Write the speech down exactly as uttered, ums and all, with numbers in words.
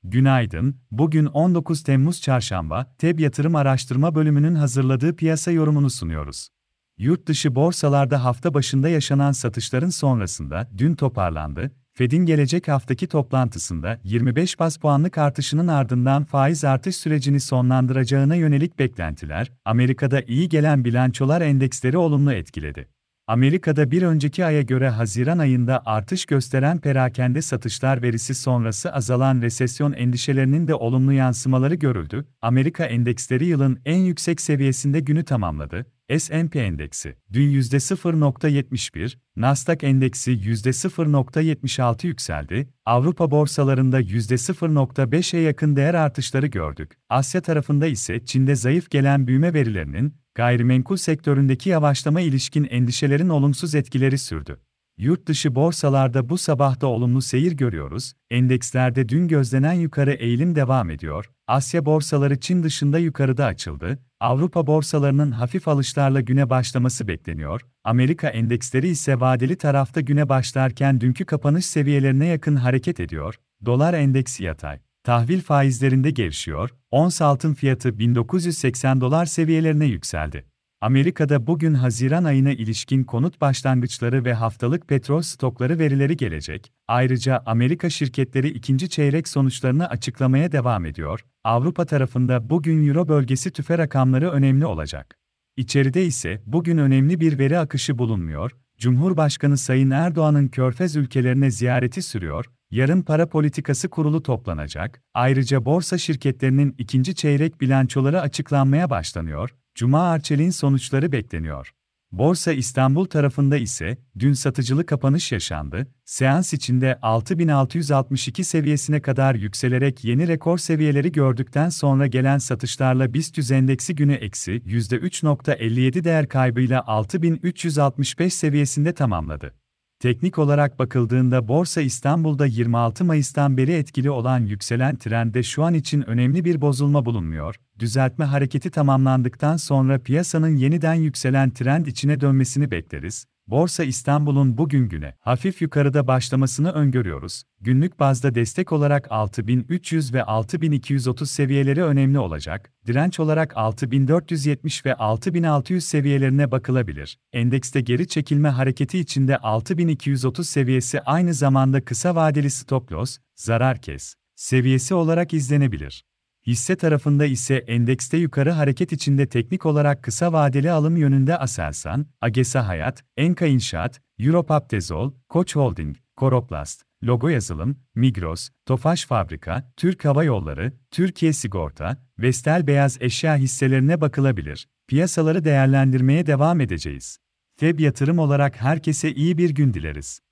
Günaydın, bugün on dokuz Temmuz Çarşamba, T E B Yatırım Araştırma Bölümünün hazırladığı piyasa yorumunu sunuyoruz. Yurt dışı borsalarda hafta başında yaşanan satışların sonrasında dün toparlandı. Fed'in gelecek haftaki toplantısında yirmi beş baz puanlık artışının ardından faiz artış sürecini sonlandıracağına yönelik beklentiler, Amerika'da iyi gelen bilançolar endeksleri olumlu etkiledi. Amerika'da bir önceki aya göre Haziran ayında artış gösteren perakende satışlar verisi sonrası azalan resesyon endişelerinin de olumlu yansımaları görüldü. Amerika endeksleri yılın en yüksek seviyesinde günü tamamladı. S and P endeksi dün yüzde sıfır virgül yetmiş bir, Nasdaq endeksi yüzde sıfır virgül yetmiş altı yükseldi. Avrupa borsalarında yüzde sıfır virgül beşe yakın değer artışları gördük. Asya tarafında ise Çin'de zayıf gelen büyüme verilerinin gayrimenkul sektöründeki yavaşlama ilişkin endişelerin olumsuz etkileri sürdü. Yurt dışı borsalarda bu sabah da olumlu seyir görüyoruz. Endekslerde dün gözlenen yukarı eğilim devam ediyor. Asya borsaları Çin dışında yukarıda açıldı. Avrupa borsalarının hafif alışlarla güne başlaması bekleniyor. Amerika endeksleri ise vadeli tarafta güne başlarken dünkü kapanış seviyelerine yakın hareket ediyor. Dolar endeksi yatay. Tahvil faizlerinde gevşiyor. Ons altın fiyatı bin dokuz yüz seksen dolar seviyelerine yükseldi. Amerika'da bugün Haziran ayına ilişkin konut başlangıçları ve haftalık petrol stokları verileri gelecek. Ayrıca Amerika şirketleri ikinci çeyrek sonuçlarını açıklamaya devam ediyor. Avrupa tarafında bugün Euro bölgesi tüfe rakamları önemli olacak. İçeride ise bugün önemli bir veri akışı bulunmuyor. Cumhurbaşkanı Sayın Erdoğan'ın Körfez ülkelerine ziyareti sürüyor. Yarın para politikası kurulu toplanacak. Ayrıca borsa şirketlerinin ikinci çeyrek bilançoları açıklanmaya başlanıyor. Cuma Arçelik'in sonuçları bekleniyor. Borsa İstanbul tarafında ise dün satıcılı kapanış yaşandı. Seans içinde altı bin altı yüz altmış iki seviyesine kadar yükselerek yeni rekor seviyeleri gördükten sonra gelen satışlarla BIST yüz endeksi günü eksi yüzde üç virgül elli yedi değer kaybıyla altı bin üç yüz altmış beş seviyesinde tamamladı. Teknik olarak bakıldığında Borsa İstanbul'da yirmi altı Mayıs'tan beri etkili olan yükselen trendde şu an için önemli bir bozulma bulunmuyor. Düzeltme hareketi tamamlandıktan sonra piyasanın yeniden yükselen trend içine dönmesini bekleriz. Borsa İstanbul'un bugün güne hafif yukarıda başlamasını öngörüyoruz. Günlük bazda destek olarak altı bin üç yüz ve altı bin iki yüz otuz seviyeleri önemli olacak. Direnç olarak altı bin dört yüz yetmiş ve altı bin altı yüz seviyelerine bakılabilir. Endekste geri çekilme hareketi içinde altı bin iki yüz otuz seviyesi aynı zamanda kısa vadeli stop loss, zarar kes seviyesi olarak izlenebilir. Hisse tarafında ise endekste yukarı hareket içinde teknik olarak kısa vadeli alım yönünde Aselsan, Agesa Hayat, Enka İnşaat, Europaptezol, Koç Holding, Koroplast, Logo Yazılım, Migros, Tofaş Fabrika, Türk Hava Yolları, Türkiye Sigorta, Vestel Beyaz Eşya hisselerine bakılabilir. Piyasaları değerlendirmeye devam edeceğiz. T E B Yatırım olarak herkese iyi bir gün dileriz.